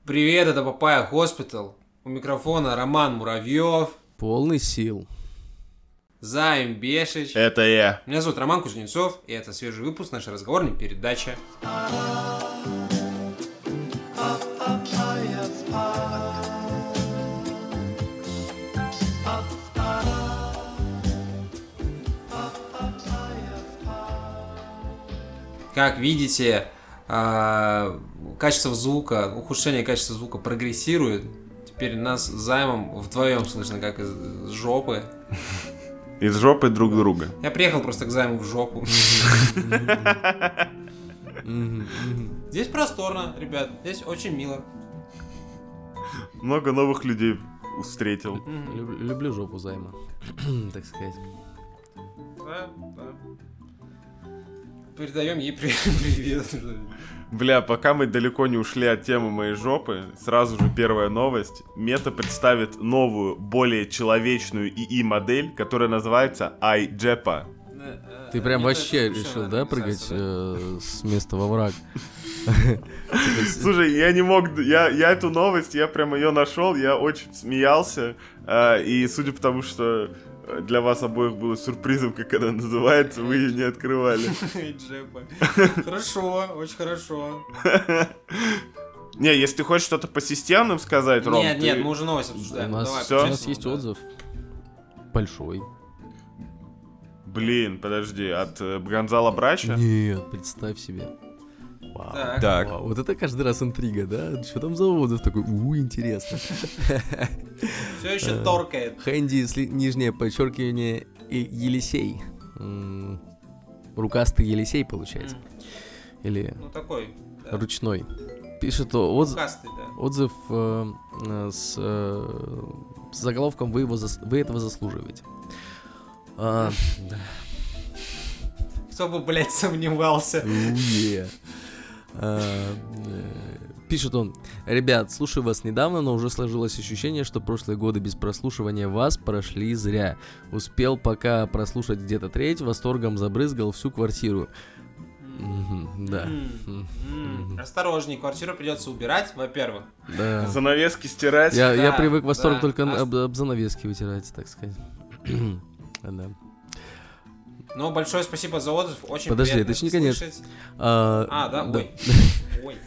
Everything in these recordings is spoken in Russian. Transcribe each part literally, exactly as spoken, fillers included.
Привет, это Папайя Хоспитал. У микрофона Роман Муравьев. Полный сил. Займ Бешич. Это я. Меня зовут Роман Кузнецов, и это свежий выпуск нашей разговорной передачи. Как видите, качество звука, ухудшение качества звука прогрессирует. Теперь нас с Займом вдвоем слышно, как из жопы. Из жопы друг друга. Я приехал просто к Займу в жопу. Здесь просторно, ребят. Здесь очень мило. Много новых людей встретил. Люблю, люблю жопу Займа, так сказать. Да, да. Передаем ей привет. Бля, пока мы далеко не ушли от темы моей жопы, сразу же первая новость. Мета представит новую, более человечную ИИ-модель, которая называется iJepa. Ты прям вообще решил, да, прыгать э, с места во враг? Слушай, я не мог, я, я эту новость, я прям ее нашел, я очень смеялся, э, и судя по тому, что для вас обоих было сюрпризом, как она называется, вы ее не открывали. Хорошо, очень хорошо. Не, если ты хочешь что-то по системным сказать, Ром, Нет, ты... нет, мы уже новость обсуждаем. У нас, Давай, у нас есть отзыв. Большой. Блин, подожди, от э, Гонзала Брача? Нет, представь себе. Вау. Так. Так. Вау, вот это каждый раз интрига, да? Что там за отзыв такой? У, интересно. Все еще торкает. Хэнди, нижнее подчеркивание, и Елисей. Рукастый Елисей, получается. Или Ну такой. ручной. Пишет отзыв, Рукастый, да. отзыв э, э, с, э, с заголовком «Вы, его зас... Вы этого заслуживаете». А, да. Кто бы, блядь, сомневался. Уе. А, э, Пишет он: ребят, слушаю вас недавно, но уже сложилось ощущение, что прошлые годы без прослушивания вас прошли зря. Успел пока прослушать где-то треть, восторгом забрызгал всю квартиру. Mm-hmm, да. Mm-hmm. Mm-hmm. Осторожней, квартиру придется убирать, во-первых. Да. Занавески стирать. Я, Да, я привык восторг да. только А... об, об занавески вытирать, так сказать. Да. Ну, большое спасибо за отзыв, очень Подожди, приятно это еще не конец. слышать. А, А, да, да. ой. Ой.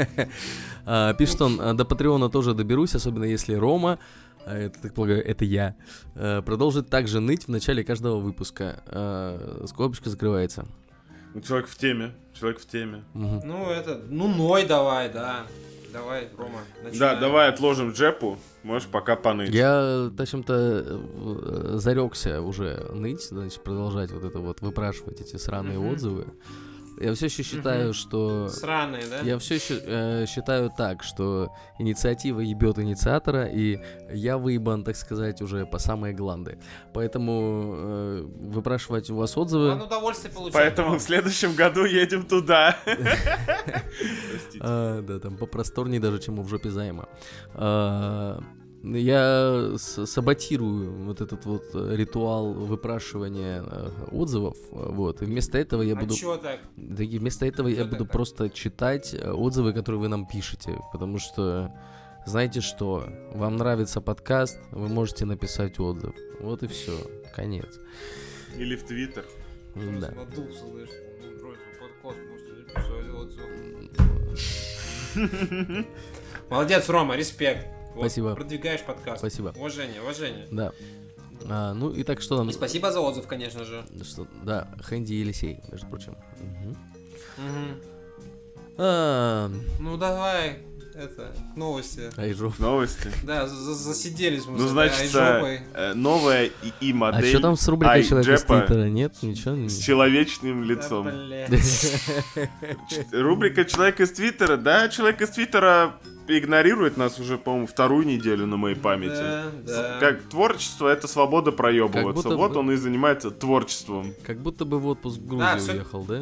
А, пишет он: до Патреона тоже доберусь, особенно если Рома, а это, так полагаю, это я, а, продолжит также ныть в начале каждого выпуска. А, скобочка закрывается. Человек в теме, человек в теме. Угу. Ну, это, ну, ной давай, да. Давай, Рома, начинаем. Да, давай отложим Джепу, можешь пока поныть. Я, в общем-то, зарекся уже ныть, значит, продолжать вот это вот, выпрашивать эти сраные Мгм. отзывы. Я все еще считаю, Мгм. что... Сраные, да? Я все еще э, считаю так, что инициатива ебет инициатора, и я выебан, так сказать, уже по самые гланды. Поэтому э, выпрашивать у вас отзывы... Он удовольствие получает. Поэтому в следующем году едем туда. Простите. А, да, там попросторнее даже, чем в жопе Займа. А, я с- саботирую вот этот вот э, ритуал выпрашивания э, отзывов, э, вот, и вместо этого я А буду... чё так? Да и вместо этого я Чё буду так-то? просто читать э, отзывы, которые вы нам пишете, потому что, знаете что, вам нравится подкаст, вы можете написать отзыв. Вот и все, конец. Или в Твиттер. Да. Надулся, знаешь, ну, брось, подкаст, можете написать отзыв. Молодец, Рома, респект. Вот, Спасибо. Продвигаешь подкаст. Спасибо. Уважение, уважение. Да. А, ну и так что нам... И спасибо за отзыв, конечно же. Что, да, Хэнди Елисей, между прочим. Мгм. Мгм. А, Ну давай, это, к новости. Айжов. Новости. Да, за- за- засиделись мы Ну, с значит, этой айжопой. э, новая А ИИ-модель что там с рубрикой «Человек из iJepa Твиттера»? Нет, ничего? не- с человечным Да, лицом. блядь. Рубрика «Человек из Твиттера». Да, Человек из Твиттера игнорирует нас уже, по-моему, вторую неделю на моей памяти. Да, да. Как творчество — это свобода проебываться. Как будто Вот бы- он и занимается творчеством. Как будто бы в отпуск в Да, Грузию всё- уехал, да?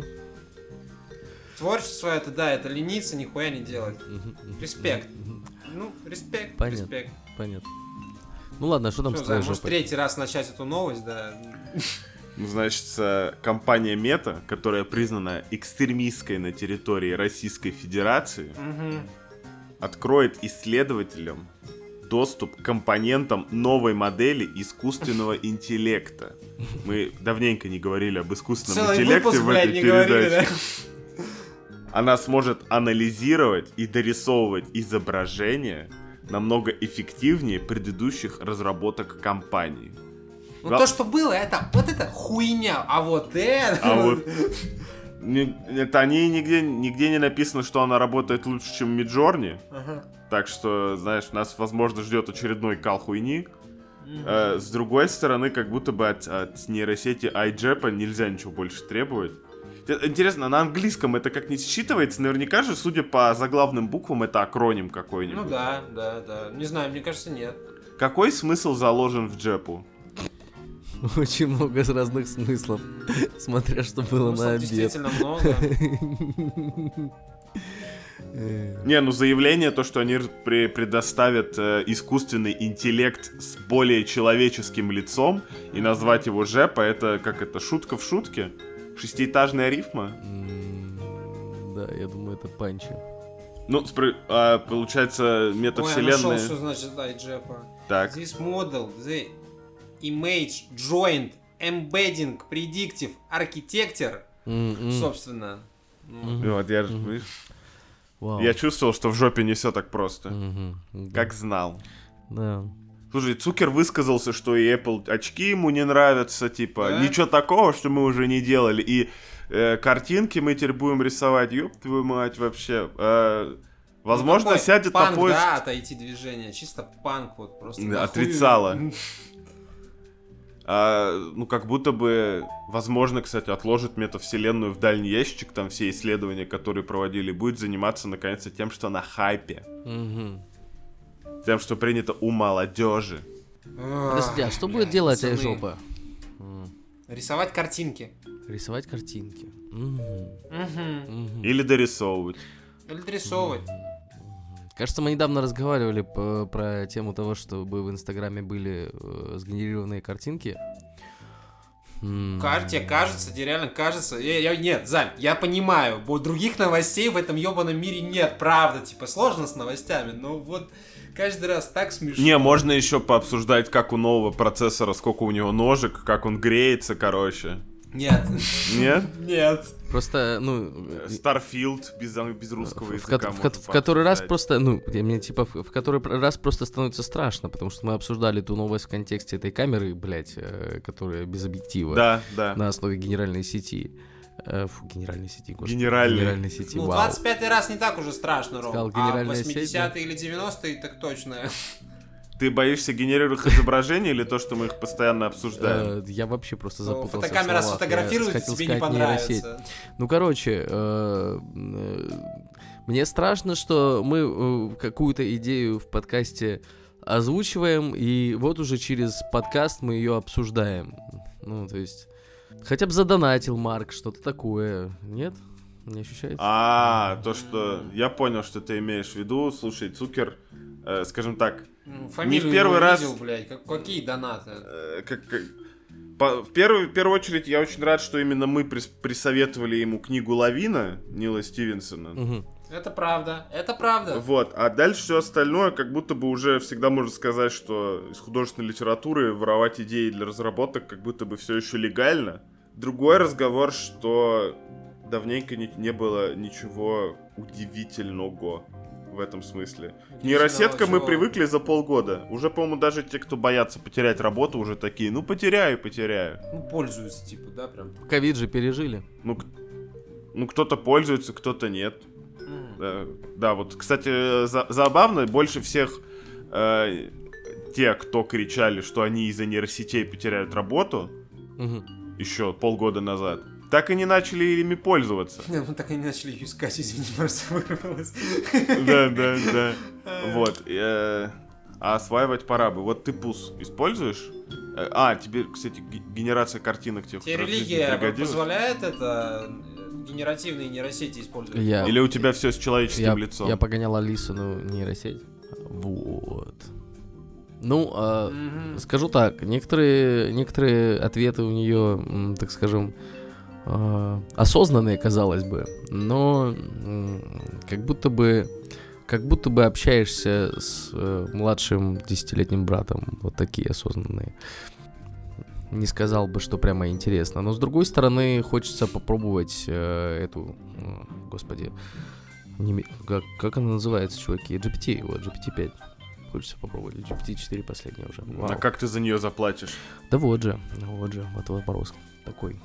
Творчество это, да, это лениться, нихуя не делать. Мгм, мгм, Респект. мгм. Ну, респект, Понятно. респект. Понятно. Ну ладно, а что там Всё, с твоей Зай, может, жопой? третий раз начать эту новость, да. Ну, значит, э, компания Мета, которая признана экстремистской на территории Российской Федерации, Мгм. откроет исследователям доступ к компонентам новой модели искусственного интеллекта. Мы давненько не говорили об искусственном Целый интеллекте выпуск, в блядь, этой не передаче. говорили, да? Она сможет анализировать и дорисовывать изображения намного эффективнее предыдущих разработок компаний. Ну Га- то, что было, это вот это хуйня, а вот это... А вот не- это они нигде, нигде не написано, что она работает лучше, чем Midjourney. Ага. Так что, знаешь, нас, возможно, ждет очередной кал хуйни. Мгм. Э, с другой стороны, как будто бы от, от нейросети iJepa нельзя ничего больше требовать. Э, Интересно, на английском это как не считывается? Наверняка же, судя по заглавным буквам, это акроним какой-нибудь. Ну да, да, да. Не знаю, мне кажется, нет. Какой смысл заложен в джепу? Очень много разных смыслов, смотря что было на Смыслов обед. действительно много. Не, ну заявление, то, что они при- предоставят э, искусственный интеллект с более человеческим лицом и назвать его Жепа, это как это, шутка в шутке? Шестиэтажная рифма? М, Да, я думаю, это панчи. Ну, спро- а, получается, Ой, я метавселенная... нашел, что значит iJepa. Так, This model, the image joint embedding predictive architecture, М-м. собственно. Ну, Мгм. вот, я, же- Мгм. видишь, Вау. я чувствовал, что в жопе не все так просто. Мгм. Да. Как знал. Да. Слушай, Цукер высказался, что и Apple очки ему не нравятся, типа, Да? ничего такого, что мы уже не делали, и э, картинки мы теперь будем рисовать, ёб твою мать, вообще. Э, возможно, ну, такой сядет панк, на поезд... да, от ай ти-движения. Чисто панк вот просто. Да, на хуй. отрицало. А, ну, как будто бы, возможно, кстати, отложит метавселенную в дальний ящичек, там все исследования, которые проводили, будет заниматься, наконец-то, тем, что на хайпе. Мгм. Тем, что принято у молодежи. Ах, Подожди, а что бля, будет делать пацаны. iJopa? М, Рисовать картинки. Рисовать картинки. Мгм. Угу. Мгм. Или дорисовывать. Или дорисовывать. Кажется, мы недавно разговаривали по- про тему того, чтобы в Инстаграме были э, сгенерированные картинки. М. Карте кажется, тебе реально кажется. Я, я- нет, Заль, я понимаю, бо других новостей в этом ебаном мире нет, правда, типа сложно с новостями, но вот каждый раз так смешно. Не, можно еще пообсуждать, как у нового процессора, сколько у него ножек, как он греется, короче. Нет. Нет? Нет. Просто, ну... Э, Starfield без, ан- без русского в, языка. ко- в ко- можно в который раз пообсуждать. просто, ну, я- мне типа, в, в который пр- раз просто становится страшно, потому что мы обсуждали ту новость в контексте этой камеры, блядь, э, которая без объектива, Да, да. на основе генеральной сети. Э, фу, генеральной сети, господи. Генеральной. Генеральной сети, Ну, вау. двадцать пятый раз не так уже страшно, Ром. Сказал, А генеральная сеть, восьмидесятые или девяностые так точно. Ты боишься генерированных изображений или то, что мы их постоянно обсуждаем? Э, я вообще просто Ну, запутался в фотокамера словах. сфотографирует, Я хотел тебе не сказать нейросеть. понравится. Ну, короче, э, э, мне страшно, что мы э, какую-то идею в подкасте озвучиваем, и вот уже через подкаст мы ее обсуждаем. Ну, то есть, хотя бы задонатил Марк, что-то такое. Нет? Не ощущается? А, то, что... Я понял, что ты имеешь в виду. Слушай, Цукер, э, скажем так, Ну, Фамилию первый его раз- видел, блядь, как- какие донаты. э, как... как- по- в, первую, в первую очередь, я очень рад, что именно мы прис- присоветовали ему книгу «Лавина» Нила Стивенсона. Мгм. Это правда, это правда. Вот, а дальше все остальное, как будто бы уже всегда можно сказать, что из художественной литературы воровать идеи для разработок как будто бы все еще легально. Другой разговор, что давненько не, не было ничего удивительного в этом смысле. К нейросеткам мы чего? привыкли за полгода. Уже, по-моему, даже те, кто боятся потерять работу, уже такие, ну потеряю, потеряю. Ну, пользуются, типа, да, прям. Ковид же пережили. Ну, к- ну кто-то пользуется, кто-то нет. М. Да, да, вот, кстати, за- забавно, больше всех э, те, кто кричали, что они из-за нейросетей потеряют работу Мгм. еще полгода назад, так и не начали ими пользоваться. Не, мы так и не начали ее искать, извини, просто вырвалось. Да, да, да. Вот. э, А осваивать пора бы. Вот ты пус используешь? Э, А, тебе, кстати, ге- генерация картинок тебе Тебе в жизни религия пригодилась? позволяет это э, генеративные нейросети использовать? Я, Или у тебя все с человеческим я, лицом? я погонял Алису, ну, нейросеть. Вот. Ну, а, Мгм. скажу так, некоторые, некоторые ответы у нее, так скажем, а, осознанные, казалось бы, но м, как будто бы как будто бы общаешься с э, младшим десятилетним братом. Вот такие осознанные. Не сказал бы, что прямо интересно. Но с другой стороны, хочется попробовать э, эту... Э, господи... Не, как, как она называется, чуваки? джи пи ти, вот, джи пи ти пять. Хочется попробовать. джи пи ти четыре последняя уже. Вау. А как ты за нее заплатишь? Да вот же, вот же, вот вопрос такой.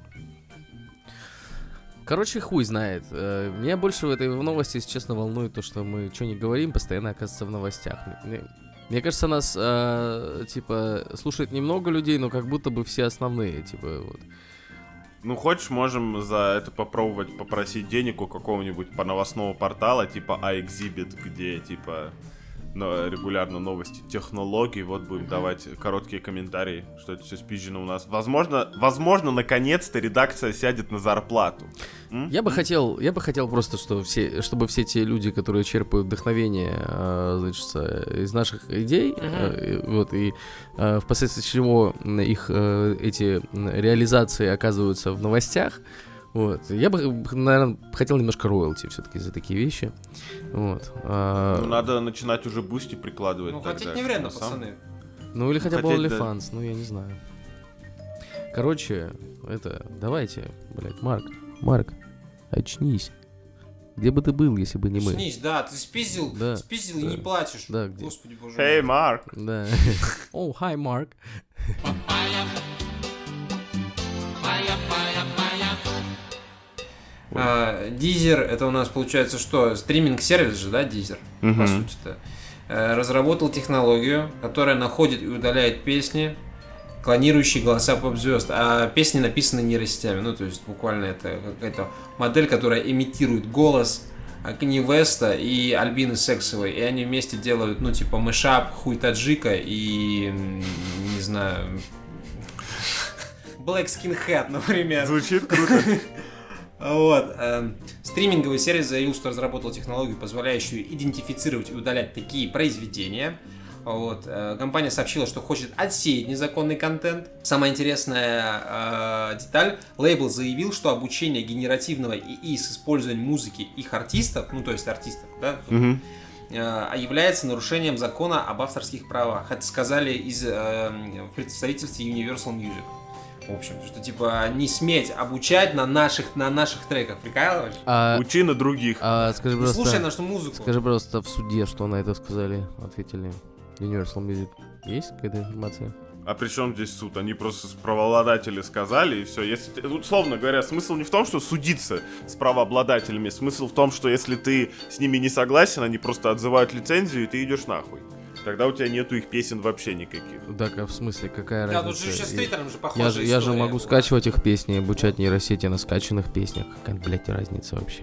Короче, хуй знает. Меня больше в этой новости, если честно, волнует то, что мы что не говорим, постоянно оказывается в новостях. Мне, мне кажется, нас, э, типа, слушает немного людей, но как будто бы все основные, типа, вот. Ну, хочешь, можем за это попробовать попросить денег у какого-нибудь по новостного портала, типа iExhibit, где, типа, но регулярно новости технологий, вот будем mm-hmm. давать короткие комментарии, что это все спизжено у нас. Возможно, возможно, наконец-то редакция сядет на зарплату. М? Я бы хотел, я бы хотел просто, что все, чтобы все те люди, которые черпают вдохновение, э, значит, из наших идей, mm-hmm. э, вот, и э, впоследствии чего их э, эти реализации оказываются в новостях, вот. Я бы, наверное, хотел немножко роялти все-таки за такие вещи. Вот. А... Ну, надо начинать уже бусти прикладывать. Ну, тогда, хотеть не вредно, пацаны. Ну, или хотя бы Хотеть, OnlyFans, да. Ну, я не знаю. Короче, это, давайте, блядь, Марк, Марк, очнись. Где бы ты был, если бы не мы? Очнись, да, ты спиздил, да, спиздил да. и не платишь. Да, где? Господи боже мой. Hey, Марк. Да. О, hi, Марк. Deezer, это у нас получается что? Стриминг-сервис же, да, Deezer, uh-huh. по сути-то. Разработал технологию, которая находит и удаляет песни, клонирующие голоса поп-звезд. А песни написаны нейросетями. Ну, то есть, буквально это какая-то модель, которая имитирует голос Канье Веста и Альбины Сексовой. И они вместе делают, ну, типа, мэшап хуй таджика и, не знаю, Black Skinhead, например. Звучит круто. Вот. Стриминговый сервис заявил, что разработал технологию, позволяющую идентифицировать и удалять такие произведения. Вот. Компания сообщила, что хочет отсеять незаконный контент. Самая интересная э, деталь. Лейбл заявил, что обучение генеративного ИИ с использованием музыки их артистов, ну то есть артистов, да, угу. э, является нарушением закона об авторских правах. Это сказали из э, представительства Universal Music. В общем, что типа не сметь обучать на наших, на наших треках, прикалываешь? А, Учи на других. А, скажи просто, слушай нашу музыку. Скажи просто в суде, что на это сказали, ответили Universal Music. Есть какая-то информация? А при чем здесь суд? Они просто с правообладатели сказали, и все. Если, условно говоря, смысл не в том, что судиться с правообладателями. Смысл в том, что если ты с ними не согласен, они просто отзывают лицензию, и ты идешь нахуй. Тогда у тебя нету их песен вообще никаких. Так, а в смысле, какая да, разница? Да, тут же еще с Твиттером же похоже. Я же, я же могу скачивать их песни и обучать нейросети на скачанных песнях. Какая, блядь, разница вообще?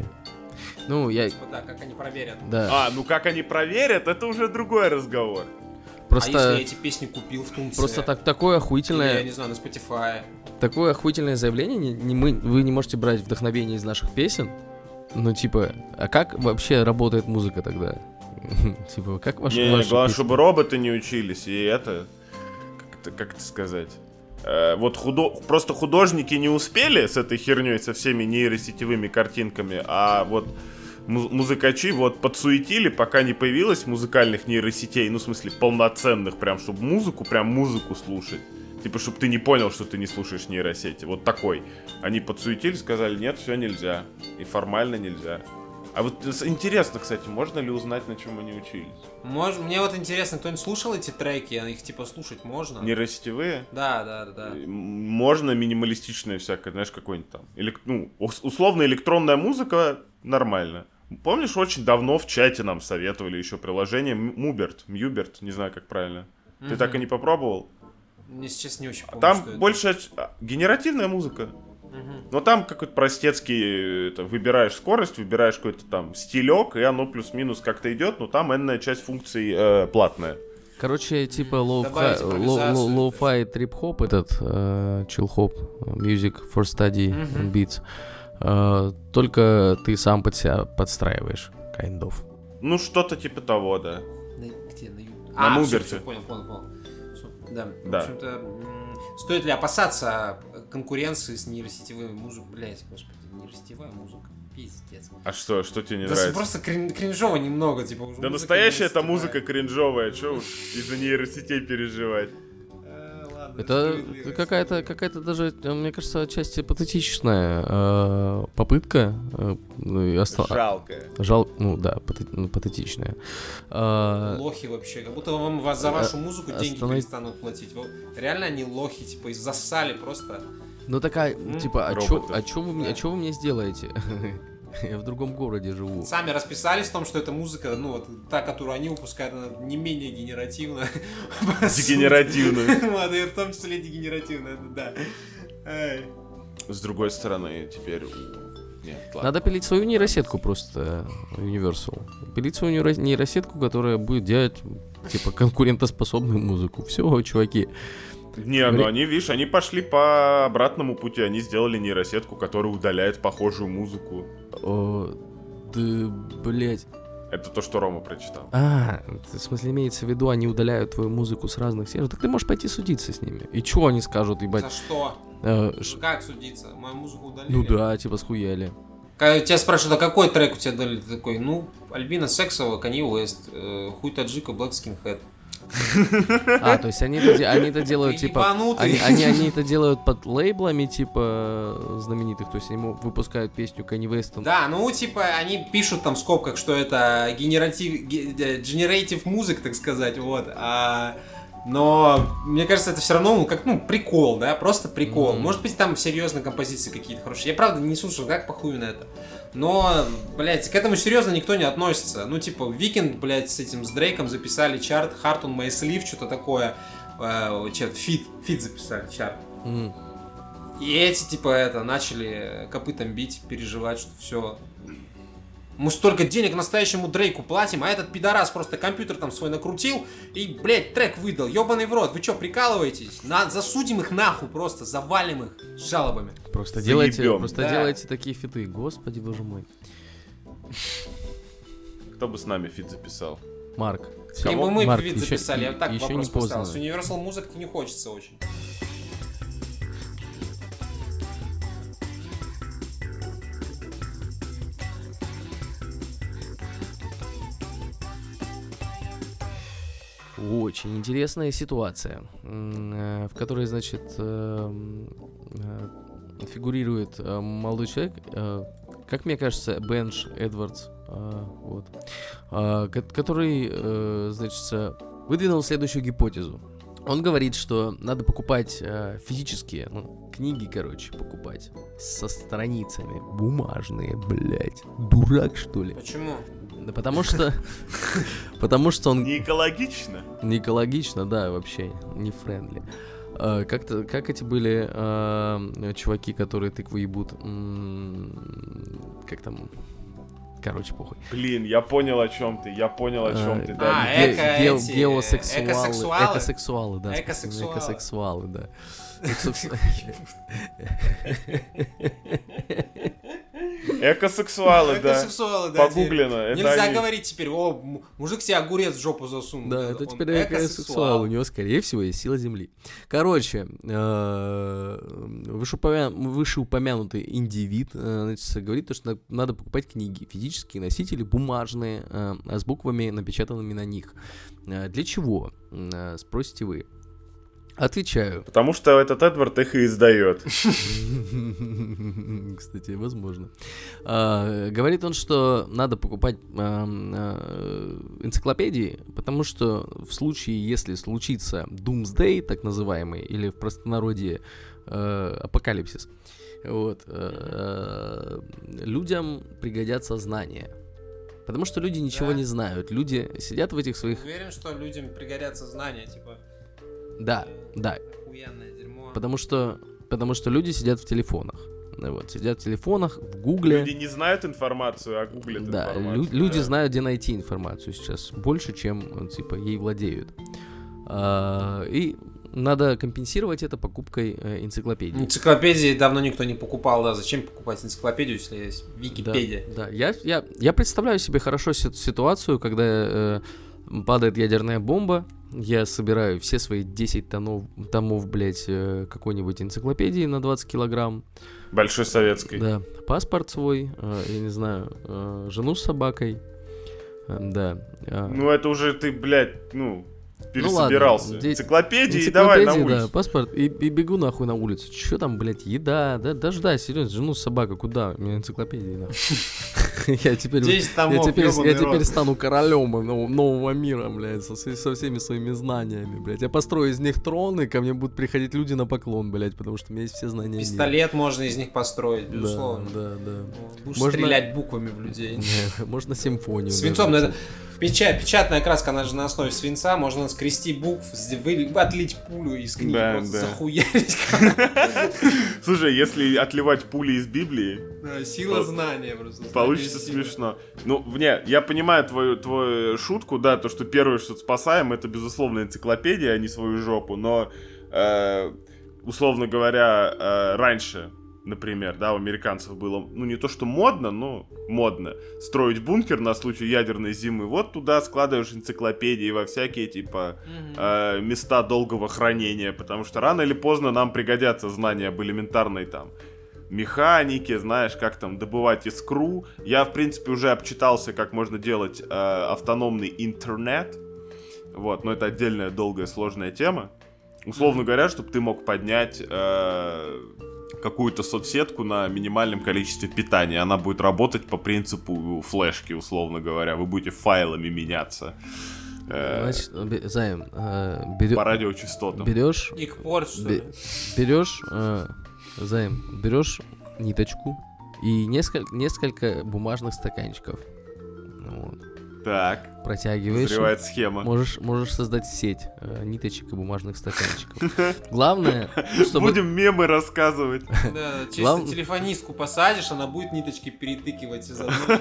Ну, я... Да, как они проверят. Да. А, ну как они проверят, это уже другой разговор. Просто... А если я эти песни купил в том числе? Просто так, такое охуительное... Или, я не знаю, на Spotify. Такое охуительное заявление, не, не мы, вы не можете брать вдохновение из наших песен. Ну, типа, а как вообще работает музыка тогда? Типа, как ваши Не, не, главное, чтобы роботы не учились, и это... Как это, как это сказать? Э, вот худо... просто художники не успели с этой херней, со всеми нейросетевыми картинками, а вот му- музыкачи вот подсуетили, пока не появилось музыкальных нейросетей, ну, в смысле, полноценных, прям, чтобы музыку, прям музыку слушать. Типа, чтобы ты не понял, что ты не слушаешь нейросети. Вот такой. Они подсуетили, сказали, нет, все нельзя. И формально нельзя. А вот интересно, кстати, можно ли узнать, на чем они учились? Мож... Мне вот интересно, кто-нибудь слушал эти треки? Их типа слушать можно? Нейросетевые? Да, да, да, да. Можно минималистичная всякая, знаешь, какой-нибудь там. Элек... Ну, условно электронная музыка нормально. Помнишь, очень давно в чате нам советовали еще приложение Муберт, Мьюберт, не знаю, как правильно. Ты mm-hmm. так и не попробовал? Мне сейчас не очень помню, там что больше это. Генеративная музыка. Угу. Но там какой-то простецкий, это, выбираешь скорость, выбираешь какой-то там стилек, и оно плюс-минус как-то идет, но там энная часть функций э, платная. Короче, типа лоу-фай трип-хоп, этот э, chill-хоп, music for study uh-huh. and beats, э, только ты сам под себя подстраиваешь, kind of. Ну, что-то типа того, да. На, где? На, на а, Муберте. Все, все, понял, понял, понял. Да, да. В общем-то, стоит ли опасаться конкуренции с нейросетевой музыкой? Блять, господи, нейросетевая музыка. Пиздец. А что, что тебе не Да нравится? просто крин- кринжово немного, типа. Да настоящая эта музыка кринжовая, чё уж из-за нейросетей переживать. Это какая-то, какая-то даже, мне кажется, отчасти патетичная э, попытка. Э, оста... Жалкая. Жал... Ну да, патет... ну, патетичная. Э, лохи вообще, как будто вам вас за вашу музыку деньги останов... перестанут платить. Реально они лохи, типа, и засали просто. Ну такая, М? типа, а чё, Роботы. а чё вы мне, а чё вы мне сделаете? Я в другом городе живу. Сами расписались в том, что эта музыка, ну вот та, которую они выпускают, она не менее генеративна. Дегенеративную. Вот, и в том числе дегенеративная, да. Ай. С другой стороны, теперь... Нет, ладно. Надо пилить свою нейросетку просто, Universal. Пилить свою нейро- нейросетку, которая будет делать, типа, конкурентоспособную музыку. Все, чуваки. Не, ну они, видишь, они пошли по обратному пути. Они сделали нейросетку, которая удаляет похожую музыку. О, да, блять. Это то, что Рома прочитал. А, в смысле, имеется в виду, они удаляют твою музыку с разных серверов. Так ты можешь пойти судиться с ними. И чё они скажут, ебать? За что? Э, ш- Как судиться? Мою музыку удалили? Ну да, типа схуяли. Когда тебя спрашивают, а какой трек у тебя дали? Ты такой, ну, Альбина Сексова, Канье Уэст, э, Хуй Таджика, Блэк Скинхед. А, то есть они это, де- они это делают, Ты типа... ебанутый. Они, они, они это делают под лейблами, типа, знаменитых. То есть они ему выпускают песню Kanye West. Да, ну, типа, они пишут там в скобках, что это генератив, ге- generative music, так сказать, вот. А, но, мне кажется, это все равно, ну, как, ну, прикол, да, просто прикол. Mm. Может быть, там серьезные композиции какие-то хорошие. Я, правда, не слушал, как похуй на это. Но, блядь, к этому серьезно никто не относится. Ну, типа, Weeknd, блядь, с этим, с Дрейком записали чарт, Heart on My Sleeve, что-то такое. Э, чарт, фит, фит записали, чарт. М. И эти, типа, это, начали копытом бить, переживать, что все. Мы столько денег настоящему Дрейку платим, а этот пидорас просто компьютер там свой накрутил и, блядь, трек выдал. Ёбаный в рот, вы чё, прикалываетесь? На, засудим их нахуй просто, завалим их с жалобами. Просто Заебем. делайте, просто Да. делайте такие фиты. Господи, боже мой. Кто бы с нами фит записал? Марк. И Кого? бы мы Марк, вид еще- записали, я так еще вопрос не поздно. поставил. С Universal музыки не хочется очень. Очень интересная ситуация, м, э, в которой, значит, эм, э, фигурирует э, молодой человек, э, как мне кажется, Бенш Эдвардс, э, вот, э, ко- который, э, значит, э, выдвинул следующую гипотезу. Он говорит, что надо покупать э, физические, ну, книги, короче, покупать со страницами бумажные, блять. Дурак, что ли? Почему? Да потому что... Потому что он... Не экологично? Не экологично, да, вообще, не френдли. А, как-то, как эти были а, чуваки, которые тыкву ебут? М, Как там? Короче, похуй. Блин, я понял, о чем ты, я понял, о чем А, ты, а, да. Ге- эко ге- эти, геосексуалы. экосексуалы? Экосексуалы, да. Экосексуалы. Экосексуалы, да. Вот, собственно, Экосексуалы, да. Экосексуалы, да. Погуглено, это Нельзя они. говорить теперь, о, м- мужик себе огурец в жопу засунул. Да, Он это теперь экосексуал. У него, скорее всего, есть сила Земли. Короче, э, вышеупомя- вышеупомянутый индивид э, значит, говорит, то, что на- надо покупать книги, физические носители, бумажные, э, с буквами, напечатанными на них. Э, Для чего? Э, Спросите вы. Отвечаю. Потому что этот Эдвард их и издает. Кстати, возможно. А, говорит он, что надо покупать а, а, энциклопедии, потому что в случае, если случится Doomsday, так называемый, или в простонародье а, апокалипсис, вот, а, людям пригодятся знания. Потому что люди ничего Да. не знают. Люди сидят в этих своих... Уверен, что людям пригодятся знания, типа... Да, да. Охуенное дерьмо. Потому что, потому что люди сидят в телефонах. Вот, сидят в телефонах, в Гугле. Люди не знают информацию, а гуглят Да, информацию. лю- люди да. знают, где найти информацию сейчас больше, чем, ну, типа, ей владеют. А, и надо компенсировать это покупкой э, энциклопедии. Энциклопедии давно никто не покупал, да. Зачем покупать энциклопедию, если есть Да, Википедия? да. Я, я, я представляю себе хорошо си- ситуацию, когда э, падает ядерная бомба, я собираю все свои десять томов, томов, блядь, э, какой-нибудь энциклопедии на двадцать килограмм. Большой советской. Да, паспорт свой, э, я не знаю, э, жену с собакой, э, да. Э, Ну, это уже ты, блядь, ну, Ну, пересобирался. ладно, де- Энциклопедии, и давай на улицу. да, паспорт, и, и бегу нахуй на улицу. Чё там, блядь, еда, да, даже да, серьезно, жену с собакой, куда? У меня энциклопедии, нахуй. Я теперь, десять я томов, теперь, я ёбаный теперь рот. стану королем нового, нового мира, блядь, со, со всеми своими знаниями, блядь. Я построю из них трон, и ко мне будут приходить люди на поклон, блядь, потому что у меня есть все знания. мира. Пистолет можно из них построить, безусловно. Да, да, да. Будешь Можно- стрелять буквами в людей. Можно симфонию. Свинцом, даже. ну это печать, печатная краска, она же на основе свинца, можно скрести букв, с- вы- отлить пулю из книги, Да, просто да. захуярить. Слушай, если отливать пули из Библии, Да, сила знания просто. получится Знание силы. смешно. Ну, не, я понимаю твою, твою шутку, да, то, что первое, что спасаем, это, безусловно, энциклопедия, а не свою жопу, но, э, условно говоря, э, раньше, например, да, у американцев было, ну, не то, что модно, но модно строить бункер на случай ядерной зимы. Вот туда складываешь энциклопедии во всякие, типа, э, места долгого хранения, потому что рано или поздно нам пригодятся знания об элементарной, там, механики, знаешь, как там добывать искру. Я, в принципе, уже обчитался, как можно делать э, автономный интернет. Вот, но это отдельная долгая сложная тема. Условно говоря, чтобы ты мог поднять э, какую-то соцсетку на минимальном количестве питания. Она будет работать по принципу флешки, условно говоря. Вы будете файлами меняться. Э, Значит, бе- Займ, э, берё- по радиочастотам. берешь, Их порт, что бе- ли? берешь, э, Займ, берешь ниточку и несколько, несколько бумажных стаканчиков. Вот. Так, Протягиваешь. их. назревает схема. Можешь, можешь создать сеть э, ниточек и бумажных стаканчиков. Главное, чтобы... Будем мемы рассказывать. Да, чисто Глав- телефонистку посадишь, она будет ниточки перетыкивать из одной.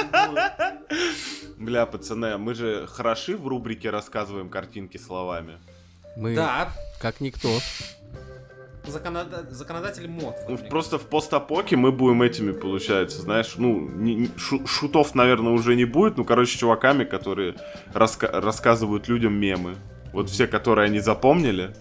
Бля, пацаны, мы же хороши в рубрике «Рассказываем картинки словами». Мы, Да, как никто. законода- законодатель мод. Ну, просто в постапоке мы будем этими, получается, знаешь, ну, не- не- шу- шутов, наверное, уже не будет, ну, короче, чуваками, которые раска- рассказывают людям мемы. Вот все, которые они запомнили,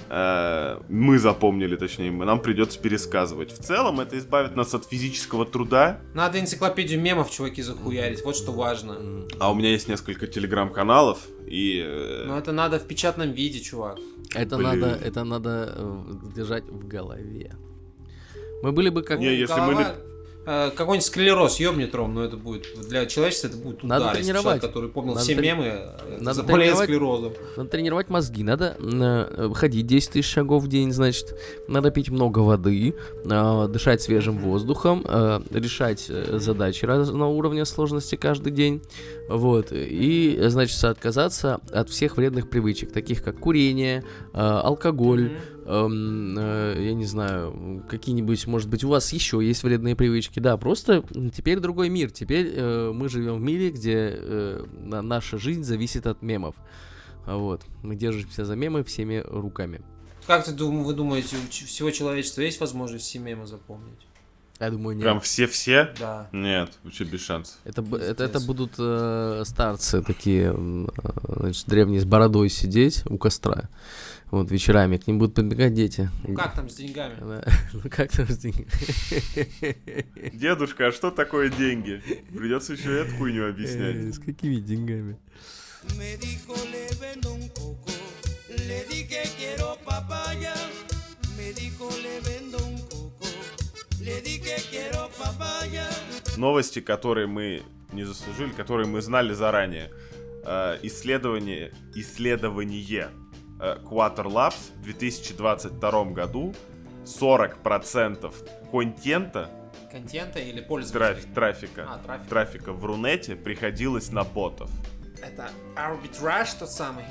э, мы запомнили, точнее, мы, нам придется пересказывать. В целом, это избавит нас от физического труда, Надо энциклопедию мемов, чуваки, захуярить, вот что важно. а у меня есть несколько телеграм-каналов, и... э, Но это надо в печатном виде, чувак. Это Блин. надо, это надо э, держать в голове. Мы были бы как... Не, Ну, если голова, мы э, какой-нибудь склероз ёбнет, Ром, но это будет для человечества это будет удар. Надо если тренировать. человек, который помнил Надо все трени- мемы, э, надо заболеет тренировать. склерозом. Надо тренировать мозги, надо э, ходить десять тысяч шагов в день, значит, надо пить много воды, э, дышать свежим воздухом, э, решать э, задачи разного уровня сложности каждый день, вот, и, значит, отказаться от всех вредных привычек, таких как курение, э, алкоголь, эм, э, я не знаю, какие-нибудь, может быть, у вас еще есть вредные привычки, да, просто теперь другой мир, теперь э, мы живем в мире, где э, на- наша жизнь зависит от мемов. А Вот. Мы держимся за мемы всеми руками. Как ты дум- вы думаете, у ч- всего человечества есть возможность все мемы запомнить? Я думаю, нет. Прям все-все? Да. Нет, вообще без шансов. Это, б- это, это Пиздец. будут э, старцы такие, м, э, значит, древние с бородой сидеть у костра. Вот вечерами к ним будут подбегать дети. Ну как там с деньгами? Да. Ну как там с деньгами? Дедушка, а что такое деньги? Придется еще и эту хуйню Э, объяснять. С какими деньгами? Me dijo le vendo un coco, le dije quiero papaya. Me dijo le vendo un coco, le dije quiero papaya. Новости, которые мы не заслужили, которые мы знали заранее. Э, исследование, исследование э, Quarter Labs в две тысячи двадцать втором году сорок процентов контента, Контента или пользователей? траф- трафика, А, трафик. трафика в Рунете приходилось на ботов. Это арбитраж тот самый?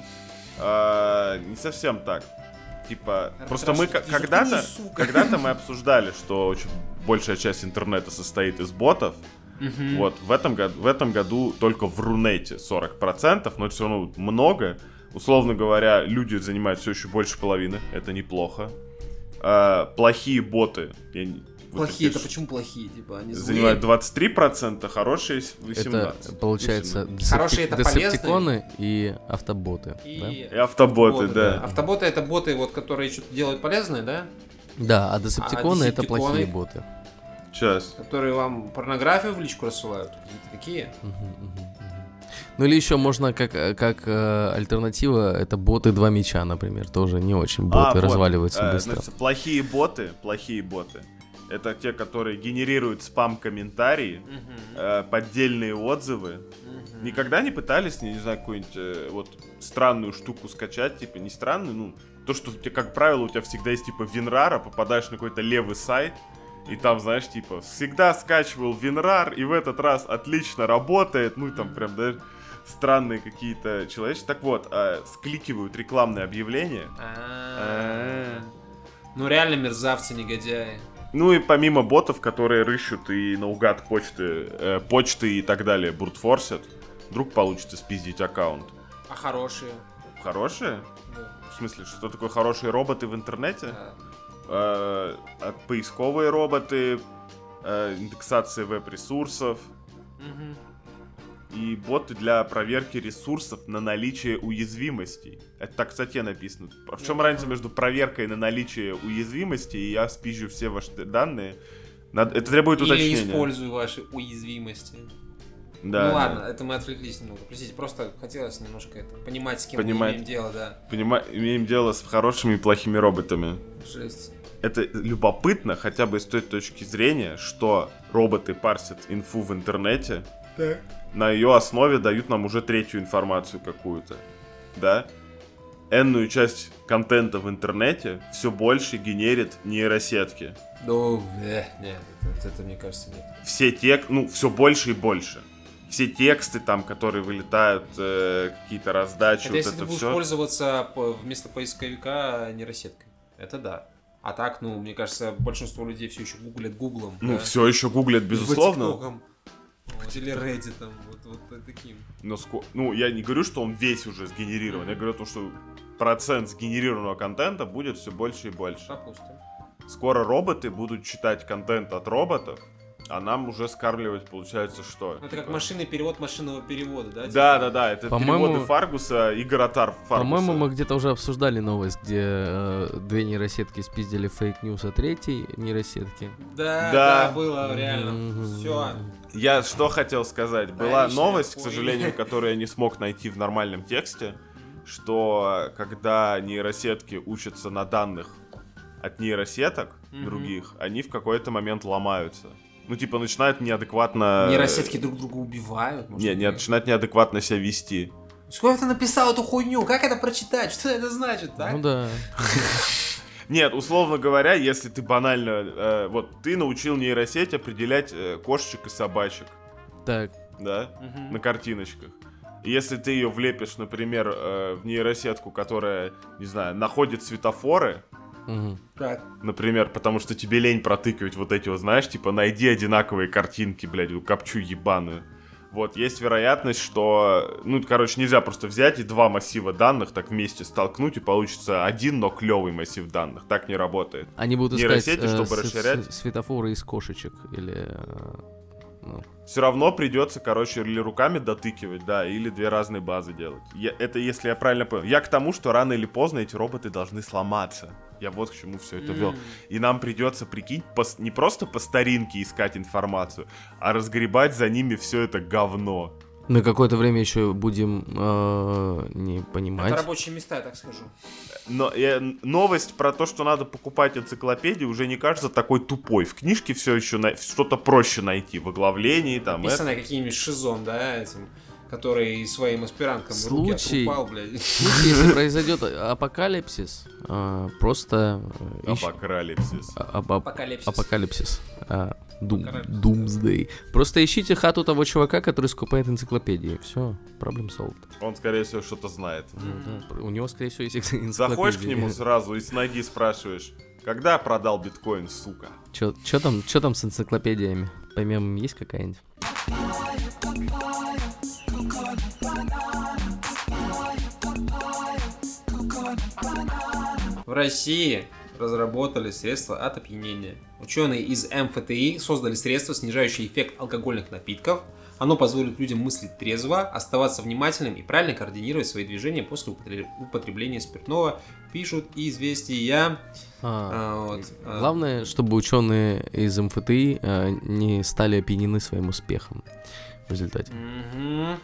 Э, не совсем так. Типа, Арбитраж, просто мы ты ка- заткнись, когда-то, сука. когда-то мы обсуждали, что очень большая часть интернета состоит из ботов. Мгм. Вот, в этом, году, в этом году только в Рунете сорок процентов, но это все равно много. Условно говоря, люди занимают все еще больше половины, это неплохо. А, плохие боты, я не- плохие, вот это почему плохие? Типа, они злые. занимают двадцать три процента, хорошие восемнадцать процентов. Это, получается, десепти... Хорошие это десептиконы и автоботы, И... да? И автоботы, да. Автоботы это боты, вот, которые что-то делают полезное, да? Да, а десептиконы А это десептиконы? плохие боты. Сейчас. Которые вам порнографию в личку рассылают. Какие-то такие. Мгм, мгм, мгм. Ну или еще можно как, как э, альтернатива, это боты два мяча, например, тоже не очень боты, А, вот, разваливаются э, быстро. значит, плохие боты, плохие боты, это те, которые генерируют спам-комментарии, Мгм. э, поддельные отзывы. Мгм. Никогда не пытались, не знаю, какую-нибудь э, вот странную штуку скачать, типа не странную, ну, то, что у тебя, как правило, у тебя всегда есть типа Винрара, попадаешь на какой-то левый сайт, и там, знаешь, типа, всегда скачивал Винрар, и в этот раз отлично работает, ну, и там прям, да, странные какие-то человечки. Так вот, а, скликивают рекламные объявления. А-а-а. Ну реально мерзавцы, негодяи. Ну и помимо ботов, которые рыщут и наугад почты, э, почты и так далее брутфорсят, вдруг получится спиздить аккаунт. А хорошие? Хорошие? Да. В смысле, что такое хорошие роботы в интернете? Да. Э, а поисковые роботы, э, индексация веб-ресурсов Мгм. и боты для проверки ресурсов на наличие уязвимостей. Это так в статье написано. А в чем Ну, разница между проверкой на наличие уязвимости и я спизжу все ваши данные? Надо- Это требует Или уточнения. использую ваши уязвимости. Да, ну да. ладно, это мы отвлеклись немного. Простите, просто хотелось немножко это, понимать, с кем Понимать. мы имеем дело, да. Понима- имеем дело с хорошими и плохими роботами. Жесть. Это любопытно, хотя бы с той точки зрения, что роботы парсят инфу в интернете, на ее основе дают нам уже третью информацию какую-то, да? Энную часть контента в интернете все больше генерит нейросетки. Ну, э, нет, это, это, мне кажется, нет. Все тек, ну, все больше и больше. Все тексты там, которые вылетают, э, какие-то раздачи, Это вот если это ты будешь все. пользоваться по- вместо поисковика нейросеткой. Это да. А так, ну, мне кажется, большинство людей все еще гуглят гуглом. Ну, да. все еще гуглят, безусловно. Либо ТикТоком. Вот, или Reddit, вот, вот таким. Но ско- ну, я не говорю, что он весь уже сгенерирован. Я говорю о том, что процент сгенерированного контента будет все больше и больше. Допустим. Скоро роботы будут читать контент от роботов, а нам уже скармливать получается что? Ну, это как Типа- машинный перевод машинного перевода, да? Да, да, да, это По-моему- переводы Фаргуса и Горотар Фаргуса. По-моему, мы где-то уже обсуждали новость, где э, две нейросетки спиздили фейк-ньюс от третьей нейросетки. Да, Да. да, было реально. Мгм. Все. Я что хотел сказать. Была личная новость, к хуйня. сожалению, которую я не смог найти в нормальном тексте, что когда нейросетки учатся на данных от нейросеток Мгм. других, они в какой-то момент ломаются. Ну, типа, начинают неадекватно... Нейросетки друг друга убивают. может Не, не, быть? начинают неадекватно себя вести. Сколько ты написал эту хуйню? Как это прочитать? Что это значит, так? Ну да. Нет, условно говоря, если ты банально... э, вот, ты научил нейросеть определять э, кошечек и собачек, Так, да, Мгм. на картиночках. И если ты ее влепишь, например, э, в нейросетку, которая, не знаю, находит светофоры, мгм. Так. например, потому что тебе лень протыкивать вот эти вот, знаешь, типа, найди одинаковые картинки, блядь, копчу ебаную. Вот, есть вероятность, что, ну, короче, нельзя просто взять и два массива данных так вместе столкнуть, и получится один, но клевый массив данных. Так не работает. Они будут искать Нейросети, э, чтобы с- расширять. с- светофоры из кошечек или... э, ну, Все равно придется, короче, или руками дотыкивать, да, или две разные базы делать. Я- это если я правильно понял. Я к тому, что рано или поздно эти роботы должны сломаться. Я вот к чему все это вел. М. И нам придется, прикинь, пос- не просто по старинке искать информацию, а разгребать за ними все это говно. на какое-то время еще будем э, не Это понимать. рабочие места, я так скажу. Но э, новость про то, что надо покупать энциклопедию, уже не кажется такой тупой. В книжке все еще на- что-то проще найти. В оглавлении, там, это. Написанное каким-нибудь шизом, да, этим, который своим аспиранткам в руки Случай- отрубал, блядь. Ну, если произойдет апокалипсис, э, просто... э, ищ- Апокалипсис. а- ап- ап- Апокалипсис. Апокалипсис. А, Дум- Апокалипсис. Doomsday. Просто ищите хату того чувака, который скупает энциклопедии. Все, проблем solved. Он, скорее всего, что-то знает. Ну да, у него, скорее всего, есть энциклопедия. Заходишь к нему сразу и с ноги спрашиваешь, когда продал биткоин, сука? Чё, чё там, чё там с энциклопедиями? По мемам есть какая-нибудь? В России разработали средства от опьянения. Ученые из эм эф тэ и создали средство, снижающее эффект алкогольных напитков. Оно позволит людям мыслить трезво, оставаться внимательным и правильно координировать свои движения после употребления спиртного, пишут известия. А, А, вот, главное, чтобы ученые из эм эф тэ и а, не стали опьянены своим успехом в результате. Угу.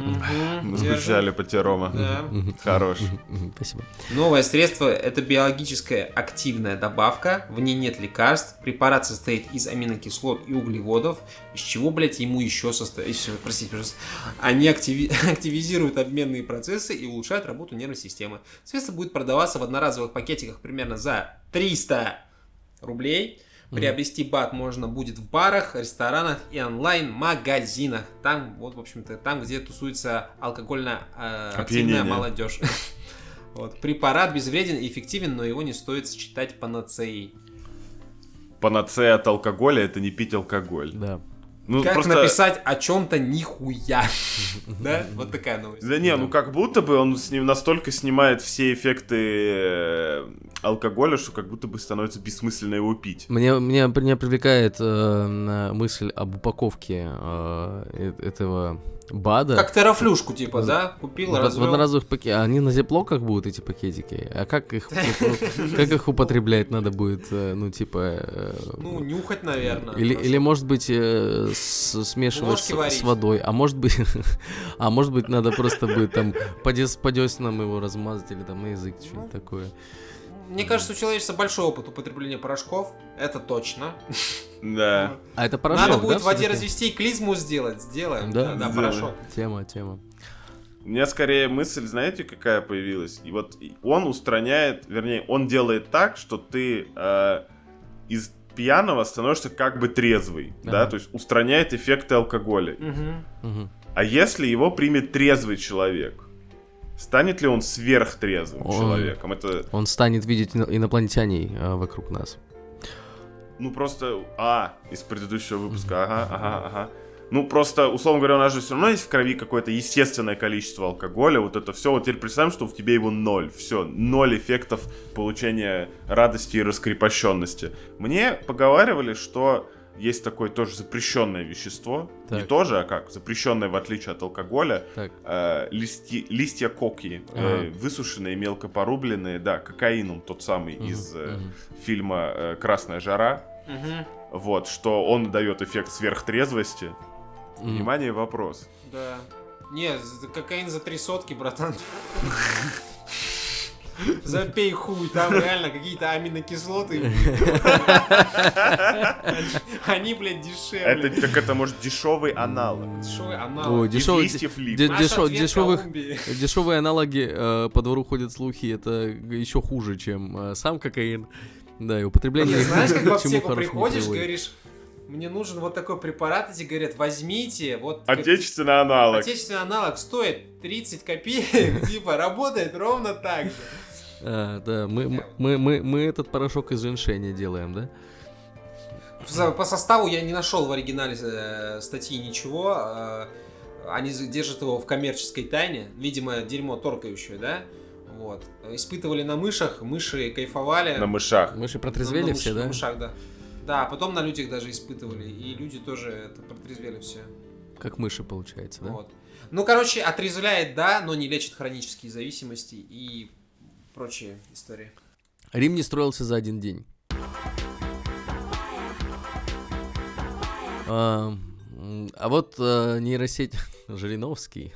Мы скучали по тебе, Рома. Да. Хорош. Спасибо. Новое средство – это биологическая активная добавка, в ней нет лекарств, препарат состоит из аминокислот и углеводов, из чего, блядь, ему еще состоит, простите, пожалуйста, они активи... активизируют обменные процессы и улучшают работу нервной системы. Средство будет продаваться в одноразовых пакетиках примерно за триста рублей. Приобрести БАД можно будет в барах, ресторанах и онлайн-магазинах. Там, вот, в общем-то, там, где тусуется алкогольно-активная э, молодежь. Вот. Препарат безвреден и эффективен, но его не стоит сочетать панацеей. Панацея от алкоголя — это не пить алкоголь. Да. Ну, как просто... написать о чем-то нихуя? Да? Вот такая новость. Да не, ну как будто бы он с ним настолько снимает все эффекты алкоголя, что как будто бы становится бессмысленно его пить. Мне, меня, меня привлекает э, мысль об упаковке э, этого БАДа. Как терафлюшку, типа, да? Купил, развел. В одноразовых пакетиках. Они на зиплоках будут, эти пакетики? А как их, как их употреблять надо будет, ну, типа... Ну, нюхать, наверное. Или, или может быть, с, смешивать с, с водой. А может быть, а может быть, надо просто будет там по, дес, по деснам его размазать или там на язык, что-нибудь такое. Мне кажется, у человечества большой опыт употребления порошков. Это точно. Да. А это порошок, надо будет да, в воде развести и клизму сделать. Сделаем. Да, да, да, порошок. Тема, тема. У меня скорее мысль, знаете, какая появилась? И вот он устраняет, вернее, он делает так, что ты э, из пьяного становишься как бы трезвый, ага. да, то есть устраняет эффекты алкоголя. Угу. Угу. А если его примет трезвый человек, станет ли он сверхтрезвым он, человеком? Это... Он станет видеть инопланетяней э, вокруг нас. Ну просто, а, из предыдущего выпуска, ага, ага, ага. Ну просто, условно говоря, у нас же все равно есть в крови какое-то естественное количество алкоголя, вот это все, вот теперь представим, что в тебе его ноль, все, ноль эффектов получения радости и раскрепощенности. Мне поговаривали, что есть такое тоже запрещенное вещество, так. не тоже, а как, запрещенное в отличие от алкоголя, э, листи, листья коки, ага. э, высушенные, мелко порубленные, да, кокаином, тот самый угу, из э, угу. фильма э, «Красная жара», угу. вот, что он дает эффект сверхтрезвости. Угу. Внимание, вопрос. Да. Не, кокаин за три сотки, братан. Запей хуй, там реально какие-то аминокислоты. Они, блядь, дешевле. Это, так это, может, дешевый аналог. Дешевый аналог. О, дешевый, из листьев лип. Дешев, дешевых, дешевые аналоги, э, по двору ходят слухи, это еще хуже, чем э, сам кокаин. Да, и употребление... Не, знаешь, как в аптеку приходишь, говоришь, мне нужен вот такой препарат, и тебе говорят, возьмите, вот... Отечественный аналог. Отечественный аналог стоит тридцать копеек, типа, работает ровно так же. А, да, мы, мы, мы, мы этот порошок из женьшеня делаем, да? По составу я не нашел в оригинале э, статьи ничего. Э, они держат его в коммерческой тайне. Видимо, дерьмо торкающее, да? Вот. Испытывали на мышах, мыши кайфовали. На мышах. Мыши протрезвели на, все, на да? На мышах, да. Да, потом на людях даже испытывали. И люди тоже это протрезвели все. Как мыши, получается, да? Вот. Ну, короче, отрезвляет, да, но не лечит хронические зависимости и прочие истории. Рим не строился за один день. А, а вот а, нейросеть Жириновский,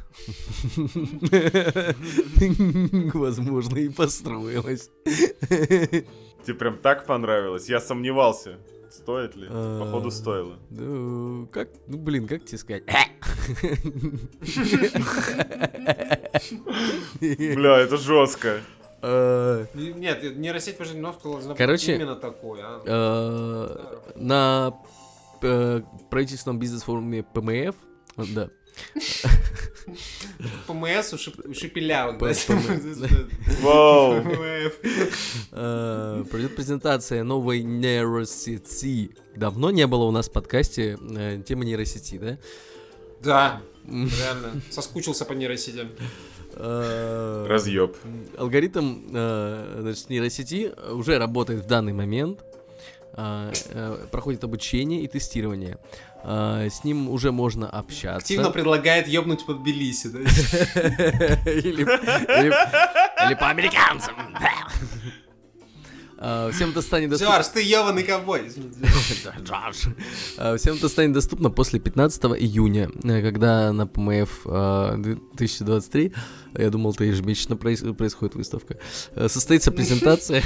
возможно, и построилась. Тебе прям так понравилось? Я сомневался. Стоит ли? Походу, стоило. Ну, как, ну, блин, как тебе сказать? Бля, это жестко. Нет, нейросеть по Жириновскому должна быть именно такой. На правительственном бизнес-форуме пэ эм эф, да. пэ эм эс у шепелявок, да? Вау! Пройдет презентация новой нейросети. Давно не было у нас в подкасте темы нейросети, да? Да, реально. Соскучился по нейросетям. Э, Разъеб. Алгоритм э, значит, нейросети уже работает в данный момент. Э, э, Проходит обучение и тестирование. Э, С ним уже можно общаться. Активно предлагает ёбнуть под Тбилиси, да? Или или- или по американцам. А, Всем это станет доступно. Джордж, ты ёбаный ковбой. Джордж. А, Всем это станет доступно после пятнадцатого июня, э, когда на ПМФ э, две тысячи двадцать три, я думал, это ежемесячно проис- происходит выставка, э, состоится презентация.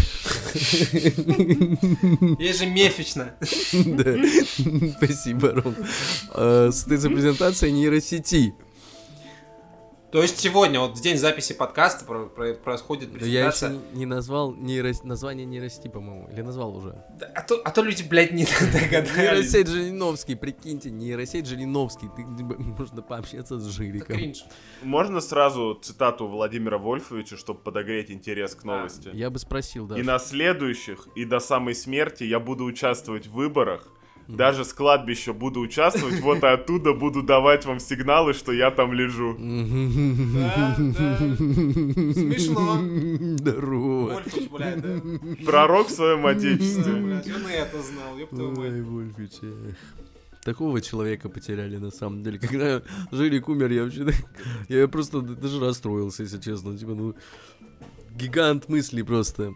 Ежемесячно. Да. Спасибо, Ром. Э, Состоится презентация нейросети. То есть сегодня, вот в день записи подкаста, про- про- происходит Но я еще презентация. не, не назвал нейрос- название нейросети, по-моему. Или назвал уже? Да, А то, а то люди, блядь, не догадались. Нейросеть Жириновский, прикиньте, нейросеть Жириновский. Ты, можно пообщаться с Это Жириком. кринж. Можно сразу цитату Владимира Вольфовича, чтобы подогреть интерес к новости? Я бы спросил, да. И на следующих, и до самой смерти я буду участвовать в выборах. Даже с кладбища буду участвовать, вот и оттуда буду давать вам сигналы, что я там лежу. Да, да. Смешно. Здорово. Вольфович, блядь, да? Пророк в своем Да, отечестве. блядь, он и это знал, ёб твою мать. Ой, Вольфич, э. Такого человека потеряли на самом деле. Когда Жирик умер, я вообще так- я просто даже расстроился, если честно. Типа, ну, гигант мысли просто.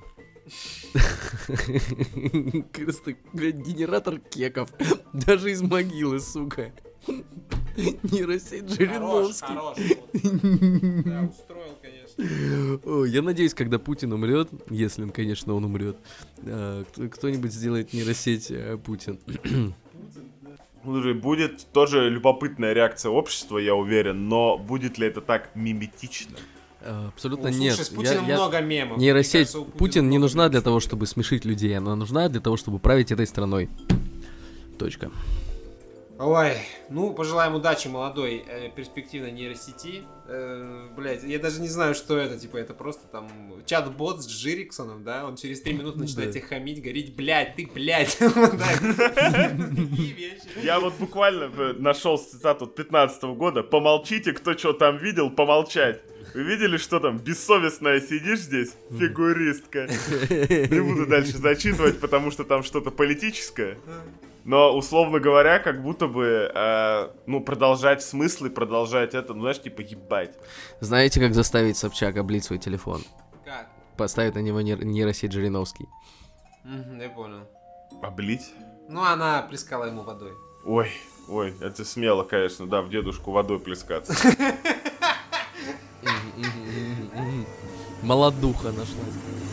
Просто, блядь, генератор кеков. Даже из могилы, сука. Нейросеть Хорош, Жириновский. хорош. вот. Да, устроил, конечно. Ой, я надеюсь, когда Путин умрет, если, он, конечно, он умрет, э, кто- кто-нибудь сделает нейросеть э, Путин. Слушай, будет тоже любопытная реакция общества, я уверен, но будет ли это так миметично? Э, Абсолютно Ну, нет. Слушай, с Я- Путиным я- много мемов. Мне Нейросеть кажется, у Путина Путин не много нужна мемов. для того, чтобы смешить людей, она нужна для того, чтобы править этой страной. Точка. Ой, ну, пожелаем удачи молодой э, перспективной нейросети. Э, блядь, я даже не знаю, что это, типа, это просто там чат-бот с Джириксоном, да, он через три минуты начинает Да. тебе хамить, говорить, блядь, ты, блядь. Вот так. Такие вещи. Я вот буквально э, нашел цитату пятнадцатого года. Помолчите, кто что там видел, помолчать. Вы видели, что там бессовестная сидишь здесь? Фигуристка. Не буду дальше зачитывать, потому что там что-то политическое. Но, условно говоря, как будто бы, э, ну, продолжать смыслы, продолжать это, ну, знаешь, типа, ебать. Знаете, как заставить Собчак облить свой телефон? Как? Поставить на него нейр- нейросеть Жириновский. Мгм, я понял. Облить? Ну, она плескала ему водой. Ой, ой, это смело, конечно, да, в дедушку водой плескаться. Молодуха нашлась.